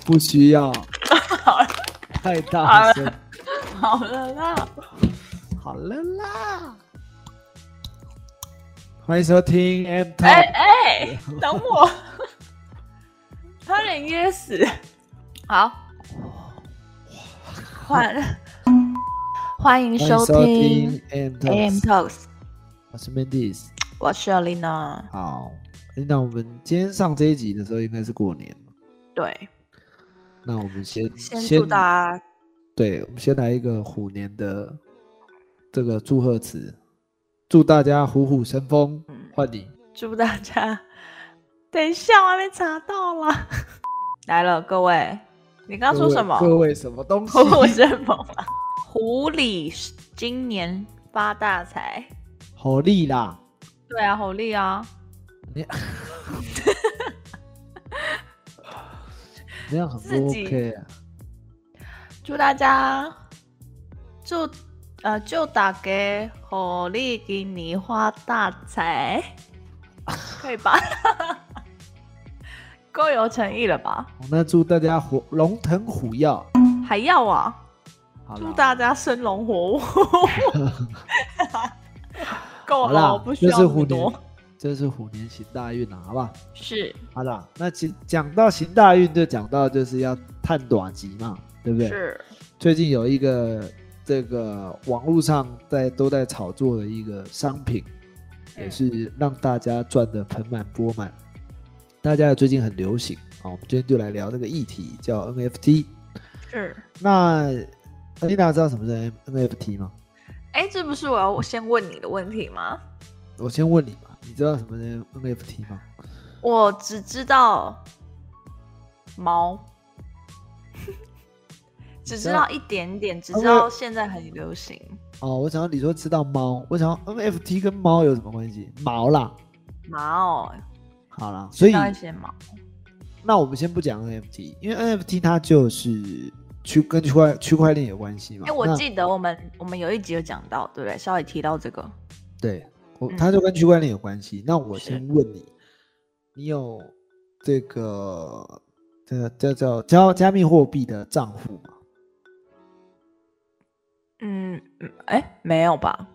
不需要， 好了， 太大声。 好了啦， 好了啦，欢迎收听 M Talk。 哎，等我，差点噎死。好，欢迎收听 AM Talks， 我是 Mendes， 我是 Alina。 好，那我们今天上这一集的时候应该是过年了。 对， 那我们先祝大家， 对，我们先来一个虎年的这个祝贺词，祝大家虎虎生风。换你， 祝大家。等一下，我还没查到啦。来了，各位，你刚刚说什么？ 各位什么东西？ 虎虎生风啊！狐狸今年发大财。 好利啦！ 对啊，好利啊！ 你这样很不 OK 啊！ 祝大家，祝大家好利今年发大财，可以吧？够有诚意了吧？ 那祝大家龙腾虎跃， 还要啊！祝大家生龙活虎。够了，不需要那么多。 这是虎年行大运了，好不好？ 是。 好了，那讲到行大运，就讲到就是要探短集嘛，对不对？ 是。 最近有一个这个网络上都在炒作的一个商品，也是让大家赚得盆满钵满。大家最近很流行啊，我们今天就来聊这个议题，叫 NFT。是。那Alina知道什么是 NFT 吗？ 这不是我要先问你的问题吗？ 我先问你嘛，你知道什么是 NFT 吗？ 我只知道猫，只知道一点点，只知道现在很流行。 哦，我想要你说知道猫，我想要 NFT 跟猫有什么关系？毛啦， 毛。 好啦，所以知道一些毛。那我们先不讲 NFT， 因为 NFT 它就是跟区块链有关系嘛。 我记得我们有一集有讲到，对不对？稍微提到这个。 对，它就跟区块链有关系。那我先问你，你有这个叫加密货币的账户吗？ 没有吧？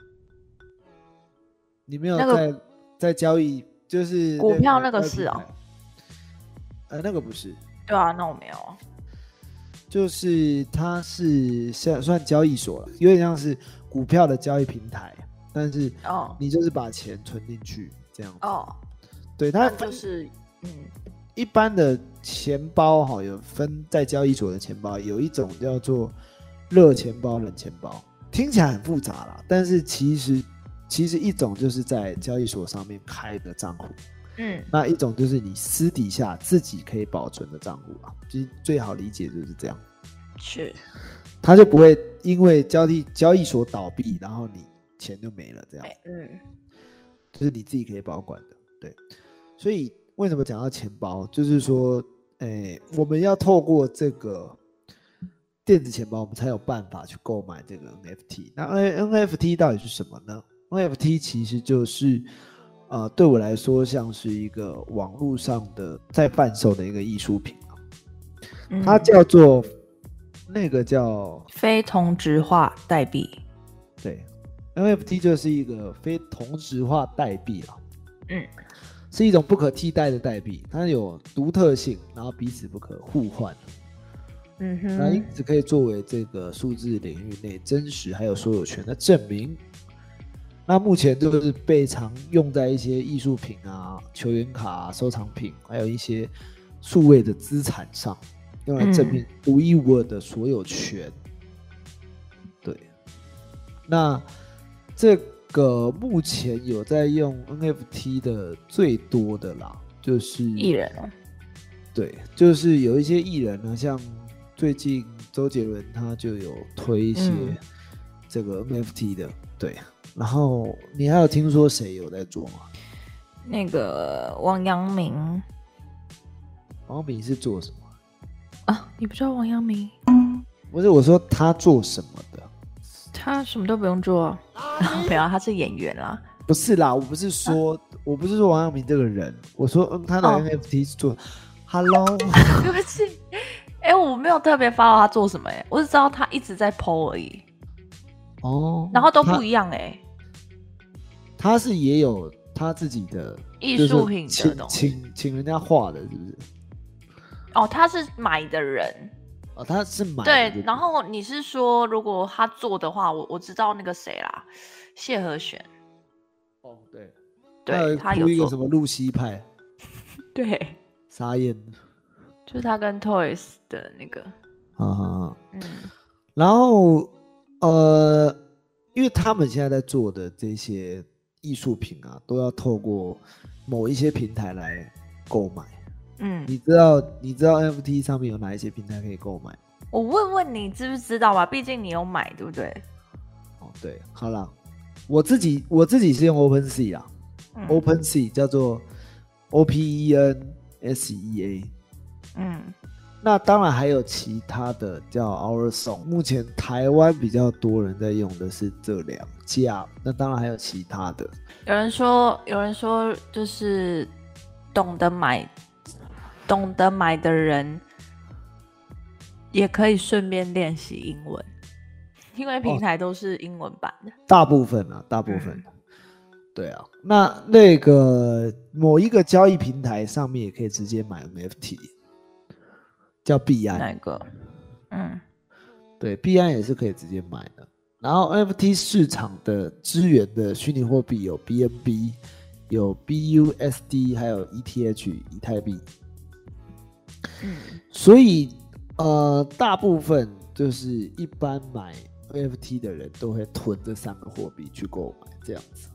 你没有在交易，就是股票那个是哦。 那个不是。 对啊，那我没有啊。 就是它是算交易所了，有点像是股票的交易平台，但是你就是把钱存进去这样子。对，它就是一般的钱包有分在交易所的钱包，有一种叫做热钱包、冷钱包，听起来很复杂啦，但是其实一种就是在交易所上面开的账户。那一种就是你私底下自己可以保存的账户啊，其实最好理解就是这样。 是， 它就不会因为交易所倒闭，然后你钱就没了这样。就是你自己可以保管的。对，所以为什么讲到钱包，就是说，我们要透过这个电子钱包，我们才有办法去购买这个 NFT。那 NFT 到底是什么呢？ NFT 其实就是对我来说像是一个网络上的在贩售的一个艺术品，它叫做叫非同质化代币。 对， NFT 就是一个非同质化代币啦。是一种不可替代的代币，它有独特性，然后彼此不可互换。那因此可以作为这个数字领域内真实还有所有权的证明。那目前就是被常用在一些艺术品啊、球员卡、收藏品，还有一些数位的资产上，用来证明独一无二的所有权。对，那这个目前有在用 NFT 的最多的啦，就是艺人。 对，就是有一些艺人呢，像最近周杰伦他就有推一些这个 NFT 的，对。然后你还有听说谁有在做吗？ 那个王阳明。 王阳明是做什么啊？你不知道王阳明？ 不是，我说他做什么的？ 他什么都不用做。没有，他是演员啦。 不是啦，我不是说王阳明这个人，我说他的 NFT 是做。Hello， 对不起， 我没有特别 follow 他做什么我只知道他一直在 po 而已。然后都不一样他是也有他自己的艺术品的东西， 请人家画的，是不是？ 他是买的人。 他是买的。 对，然后你是说如果他做的话，我知道那个谁啦，谢和弦。 对，他有一个什么露西派。 对， 傻眼。 就是他跟 Toys 的那个。 然后因为他们现在在做的这些艺术品啊，都要透过某一些平台来购买。你知道 NFT 上面有哪一些平台可以购买？ 我问问你知不知道吧，毕竟你有买，对不对？ 对，好啦，我自己是用 OpenSea 啦。OpenSea 叫做 OPENSEA。那当然还有其他的叫 OurSong， 目前台湾比较多人在用的是这2家，那当然还有其他的。 有人说就是懂得买的人也可以顺便练习英文，因为平台都是英文版的。 大部分。对啊，那个某一个交易平台上面也可以直接买 NFT， 叫币安。 哪个？ 对，币安也是可以直接买的。然后 NFT 市场的支援的虚拟货币有 BNB， 有 BUSD， 还有 ETH 以太币。所以大部分就是一般买 NFT 的人都会囤这3个货币去购买，这样子。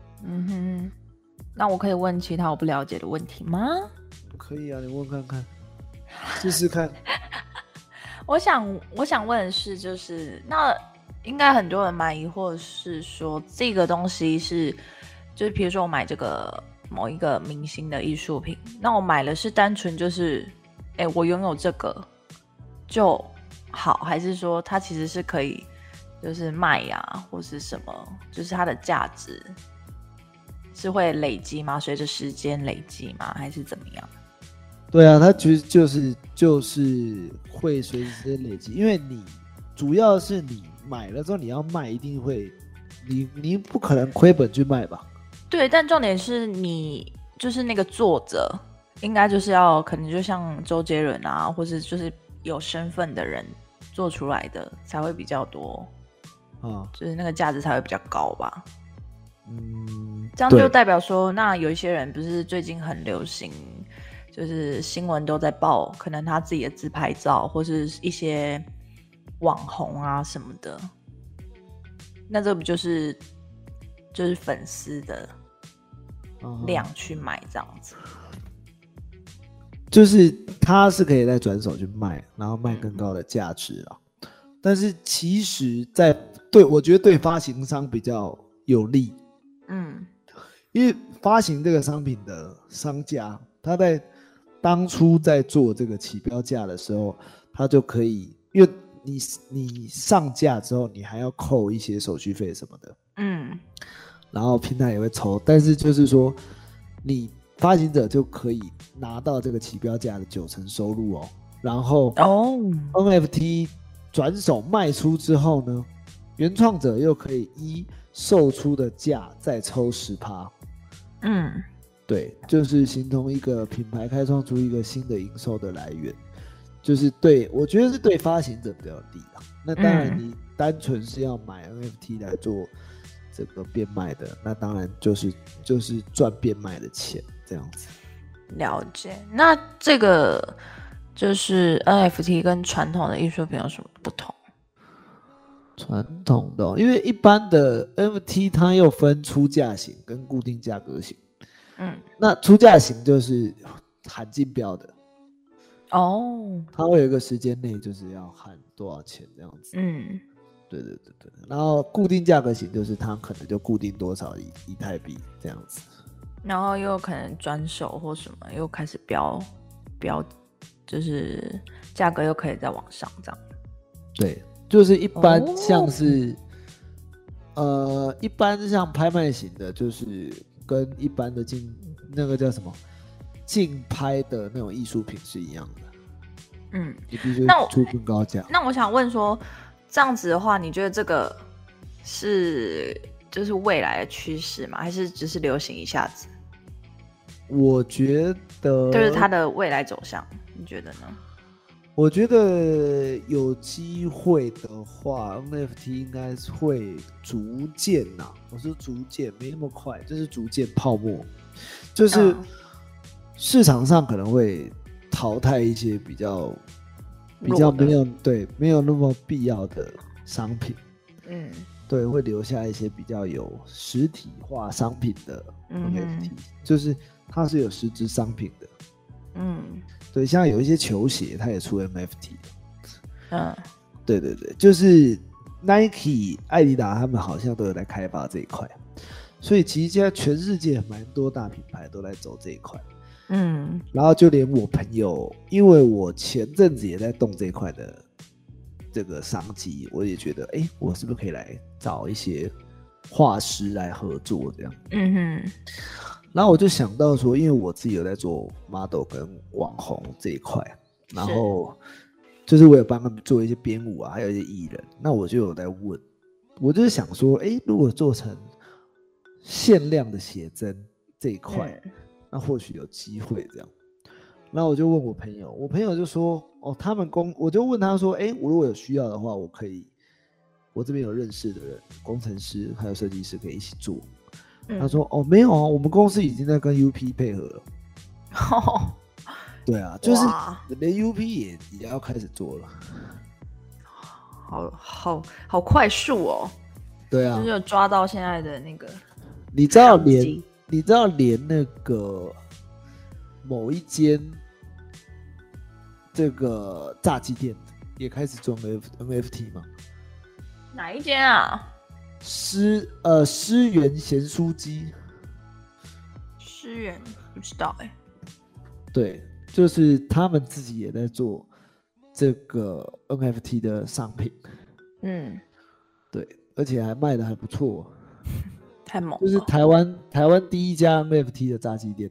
那我可以问其他我不了解的问题吗？ 可以啊，你问看看，试试看。 我想问的是，就是那应该很多人蛮疑惑是说，这个东西是，就是比如说我买这个某一个明星的艺术品，那我买了是单纯就是，我拥有这个就好，还是说它其实是可以就是卖呀，或是什么，就是它的价值是会累积吗？随着时间累积吗？还是怎么样？ 对啊，它其实就是会随着时间累积，因为你主要是你买了之后你要卖，一定会你不可能亏本去卖吧？ 对，但重点是你就是那个作者，应该就是要可能就像周杰伦啊，或是就是有身份的人做出来的才会比较多就是那个价值才会比较高吧。这样就代表说，那有一些人不是最近很流行，就是新闻都在报，可能他自己的自拍照，或是一些网红啊什么的，那这不就是粉丝的量去买这样子？ 就是他是可以再转手去卖，然后卖更高的价值啦。但是其实我觉得对发行商比较有利。因为发行这个商品的商家，他在当初在做这个起标价的时候，他就可以，因为你上架之后，你还要扣一些手续费什么的，然后平台也会抽，但是就是说，你发行者就可以拿到这个起标价的90%收入然后NFT 转手卖出之后呢，原创者又可以依售出的价再抽10%。对，就是形同一个品牌开创出一个新的营收的来源，就是我觉得是对发行者比较低啦。那当然，你单纯是要买 NFT 来做这个变卖的，那当然就是赚变卖的钱这样子。 了解。那这个就是 NFT 跟传统的艺术品有什么不同？ 传统的因为一般的 NFT 它又分出价型跟固定价格型。那出价型就是喊竞标的它会有一个时间内就是要喊多少钱这样子。对。然后固定价格型就是它可能就固定多少以太币这样子， 然后又可能转手或什么又开始标，就是价格又可以再往上这样。 对，就是一般像是一般像拍卖型的，就是跟一般的那个叫什么竞拍的那种艺术品是一样的。 你必须出更高价。 那我想问说，这样子的话，你觉得这个就是未来的趋势吗？还是只是流行一下子？ 我觉得就是它的未来走向，你觉得呢？ 我觉得有机会的话 ，NFT 应该会逐渐我说逐渐没那么快，就是逐渐泡沫，就是市场上可能会淘汰一些比较没有那么必要的商品，对，会留下一些比较有实体化商品的 NFT，就是它是有实质商品的，对，像有一些球鞋，它也出 NFT 对对对，就是 Nike、艾迪达他们好像都有在开发这一块，所以其实现在全世界蛮多大品牌都在走这一块，然后就连我朋友，因为我前阵子也在动这一块的这个商机，我也觉得，我是不是可以来找一些画师来合作这样？然后我就想到说，因为我自己有在做 model 跟网红这一块，然后就是我有帮他们做一些编舞还有一些艺人，那我就有在问，我就是想说，如果做成限量的写真这一块，那或许有机会这样。然后我就问我朋友，我朋友就说，我就问他说，我如果有需要的话，我这边有认识的人，工程师还有设计师可以一起做。他说：“没有我们公司已经在跟 UP 配合了。”对啊，就是连 UP 也要开始做了。 好快速哦！ 对啊， 就是有抓到现在的那个， 你知道连那个某一间这个炸鸡店也开始做 NFT 吗？ 哪一间啊？ 思源咸酥鸡， 思源不知道对，就是他们自己也在做这个 NFT 的商品，对，而且还卖的还不错， 太猛了， 就是台湾第一家 NFT 的炸鸡店。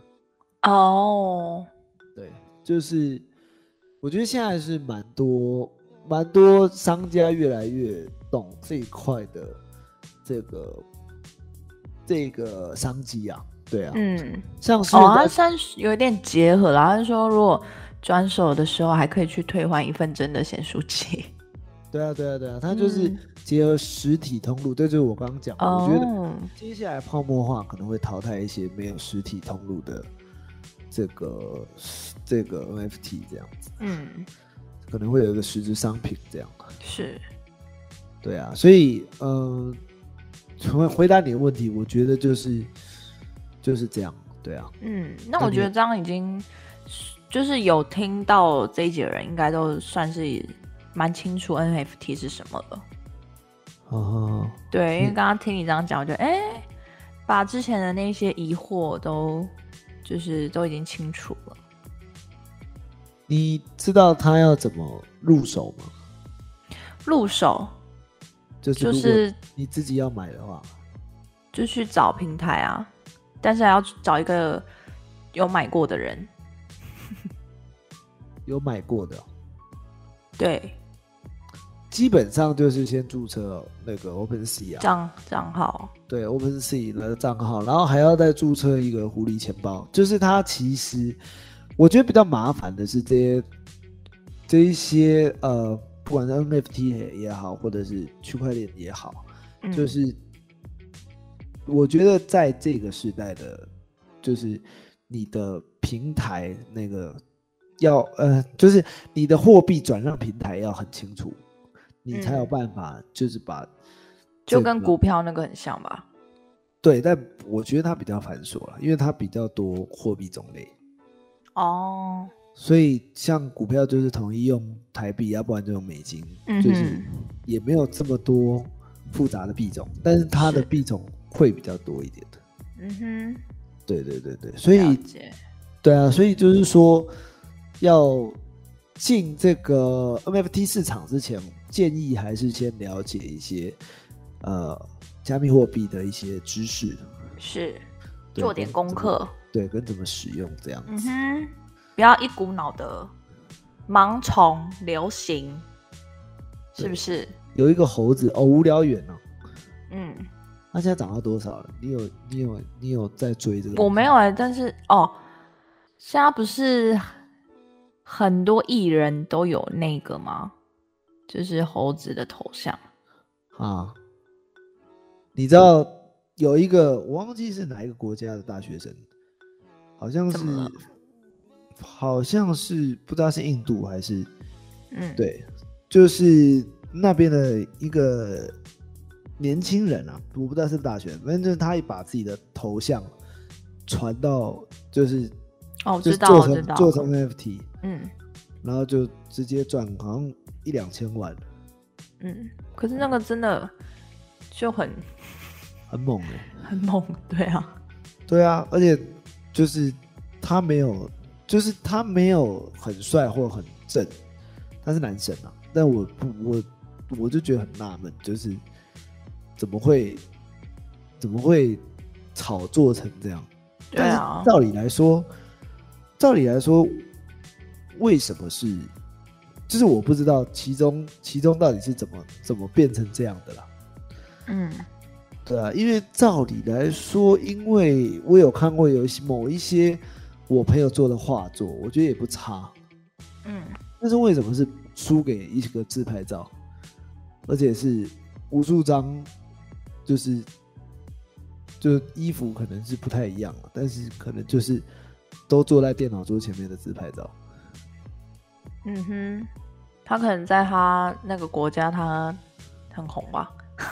对，就是我觉得现在是蛮多商家越来越懂这一块的。这个商机啊，对啊，像是它算是有点结合啦。他说，如果转手的时候还可以去退换1份真的咸酥鸡。 对啊，它就是结合实体通路，这就是我刚刚讲的。我觉得接下来泡沫化可能会淘汰一些没有实体通路的这个 NFT 这样子，可能会有一个实质商品这样。 是， 对啊，所以回答你的问题，我觉得就是这样，对啊。 那我觉得这样已经就是有听到这一集的人，应该都算是蛮清楚 NFT 是什么了。对，因为刚刚听你这样讲，我觉得把之前的那些疑惑都已经清楚了。 你知道他要怎么入手吗？ 入手就是你自己要买的话， 就去找平台啊，但是还要找一个有买过的人。 有买过的， 对， 基本上就是先注册那个 OpenSea 账号，对 OpenSea 的账号，然后还要再注册一个狐狸钱包。就是它其实我觉得比较麻烦的是这一些不管是 NFT 也好，或者是区块链也好，就是我觉得在这个时代的，就是你的平台那个要就是你的货币转让平台要很清楚，你才有办法就是把就跟股票那个很像吧？ 对，但我觉得它比较繁琐了，因为它比较多货币种类。所以像股票就是统一用台币，要不然就用美金，就是也没有这么多复杂的币种，但是它的币种会比较多一点的。对，所以对啊，所以就是说要进这个 NFT 市场之前，建议还是先了解一些加密货币的一些知识， 是做点功课， 对，跟怎么使用这样子。 不要一股脑的盲从流行，是不是？ 有一个猴子哦，无聊猿哦。 嗯， 他现在涨到多少了？你有在追这个？ 我没有但是现在不是很多艺人都有那个吗？就是猴子的头像啊。你知道有一个我忘记是哪一个国家的大学生，好像是不知道是印度还是对，就是那边的一个年轻人啊，我不知道是不是大学生，反正就是他也把自己的头像传到就是我知道做成 NFT， 然后就直接赚好像1-2千万。 可是那个真的就很猛很猛， 对啊，而且就是他没有很帅或很正，他是男神啊，但我就觉得很纳闷，就是怎么会炒作成这样？ 对啊， 照理来说，为什么是？就是我不知道其中到底是怎么变成这样的啦。对啊，因为照理来说，因为我有看过某一些我朋友做的画作，我觉得也不差。但是为什么是输给一个自拍照，而且是无数张，就衣服可能是不太一样，但是可能就是都坐在电脑桌前面的自拍照。 他可能在他那个国家他很红吧。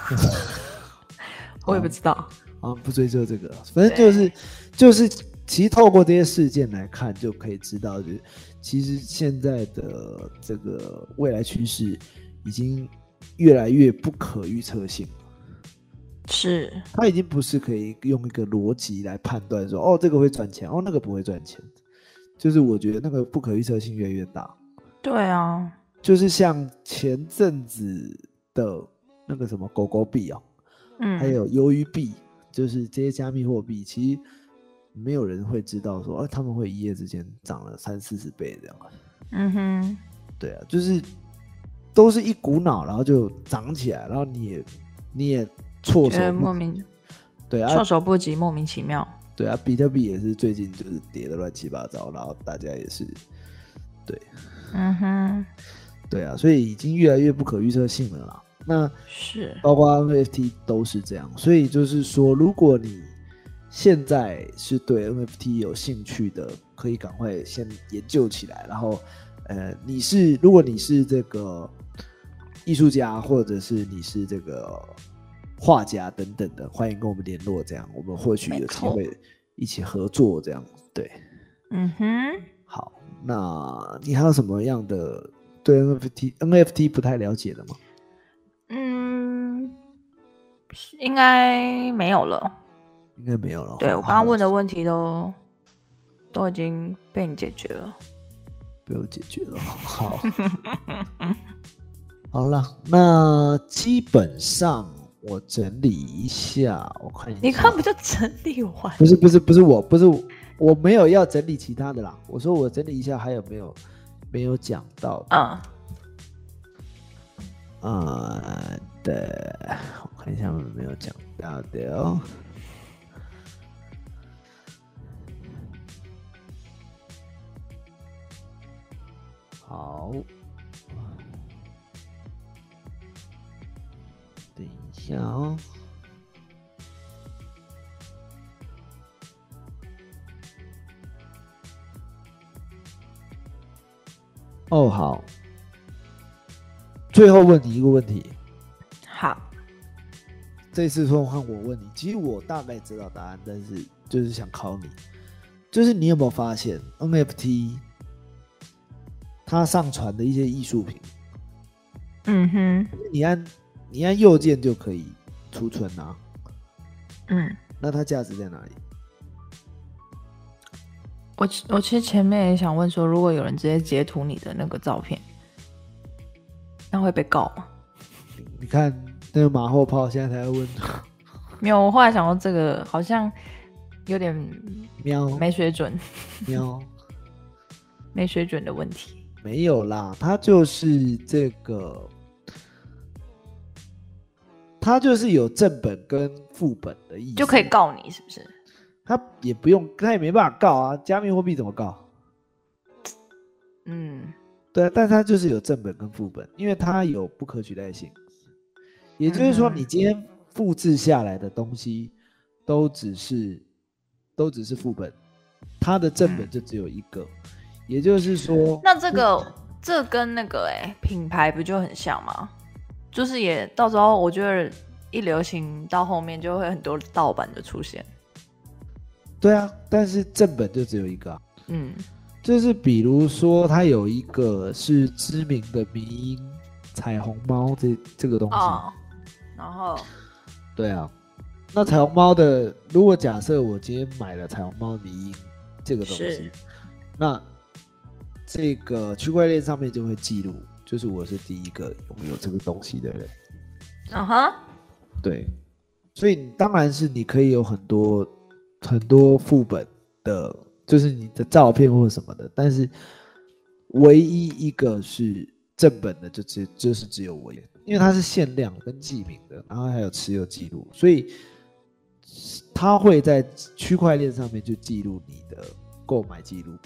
我也不知道不追究这个，反正就是其实透过这些事件来看，就可以知道，就是其实现在的这个未来趋势已经越来越不可预测性了。 是， 它已经不是可以用一个逻辑来判断说，这个会赚钱，那个不会赚钱。就是我觉得那个不可预测性越来越大。 对啊， 就是像前阵子的那个什么狗狗币还有鱿鱼币，就是这些加密货币，其实没有人会知道说，他们会一夜之间涨了30-40倍这样。对啊，就是都是一股脑，然后就涨起来，然后你也措手不及，对啊， 措手不及，莫名其妙。 对啊，比特币也是最近就是跌得乱七八糟，然后大家也是对，对啊，所以已经越来越不可预测性了啦。那是包括 NFT 都是这样，所以就是说，如果你现在是对 NFT 有兴趣的，可以赶快先研究起来。然后，如果你是这个艺术家，或者是你是这个画家等等的，欢迎跟我们联络，这样我们或许有机会一起合作，这样对。好，那你还有什么样的对 NFT 不太了解的吗？ 应该没有了。 应该没有了。 对，我刚刚问的问题都已经被你解决了。 被我解决了。好，好了，那基本上我整理一下，我看一下。 你看不就整理完？ 不是我没有要整理其他的啦。我说我整理一下，还有没有讲到的？对，我看一下有没有讲到的哦。好，等一下哦。好，最后问你一个问题。 好， 这次换我问你，其实我大概知道答案，但是就是想考你，就是你有没有发现 NFT 它上传的一些艺术品，你按右键就可以储存啊，那它价值在哪里？ 我其实前面也想问说，如果有人直接截图你的那个照片，那会被告吗？ 你看那个马后炮现在才问。 没有，我后来想到这个好像有点喵没水准， 喵没水准的问题。 没有啦，它就是这个，它就是有正本跟副本的意思， 就可以告你是不是？ 它也不用，它也没办法告啊，加密货币怎么告？对啊，但它就是有正本跟副本，因为它有不可取代性，也就是说，你今天复制下来的东西都只是副本，它的正本就只有一个，也就是说， 那这跟那个品牌不就很像吗？就是也到时候我觉得一流行到后面就会很多盗版的出现。 对啊，但是正本就只有一个啊。就是比如说，它有一个是知名的迷因彩虹猫这个东西， 然后对啊，那彩虹猫的，如果假设我今天买了彩虹猫迷因这个东西，那这个区块链上面就会记录，就是我是第一个拥有这个东西的人。对，所以当然是你可以有很多副本的。就是你的照片或者什么的，但是唯一一个是正本的就是只有我，因为它是限量跟记名的，然后还有持有记录，所以它会在区块链上面就记录你的购买记录。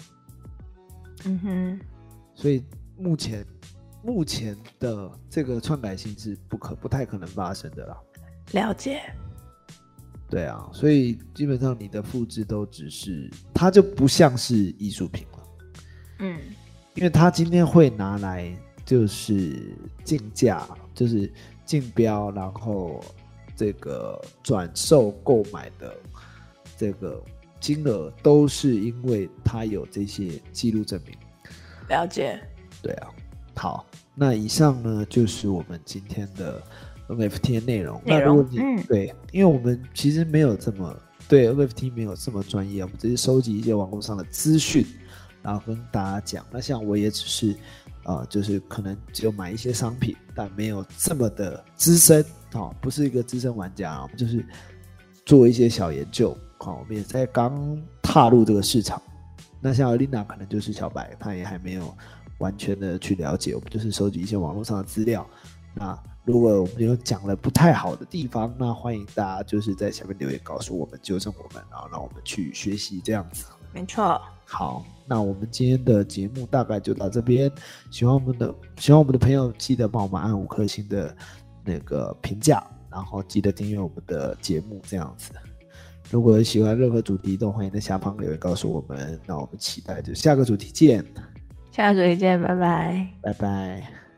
所以目前的这个篡改性是不太可能发生的啦。 了解。 对啊，所以基本上你的复制都只是，它就不像是艺术品了。因为它今天会拿来就是竞价，就是竞标，然后这个转售购买的这个金额，都是因为它有这些记录证明。 了解。 对啊，好，那以上呢就是我们今天的NFT 的内容。那如果你对，因为我们其实没有这么对 NFT 没有这么专业，我们只是收集一些网络上的资讯，然后跟大家讲。那像我也只是就是可能只有买一些商品，但没有这么的资深不是一个资深玩家，我们就是做一些小研究。我们也在刚踏入这个市场。那像 Alina 可能就是小白，他也还没有完全的去了解，我们就是收集一些网络上的资料。那如果我们有讲了不太好的地方，那欢迎大家就是在下面留言告诉我们，纠正我们，然后让我们去学习这样子。 没错。 好，那我们今天的节目大概就到这边。喜欢我们的朋友，记得帮我们按5颗星的那个评价，然后记得订阅我们的节目这样子。如果喜欢任何主题，都欢迎在下方留言告诉我们。那我们期待就下个主题见。 下个主题见，拜拜。 拜拜。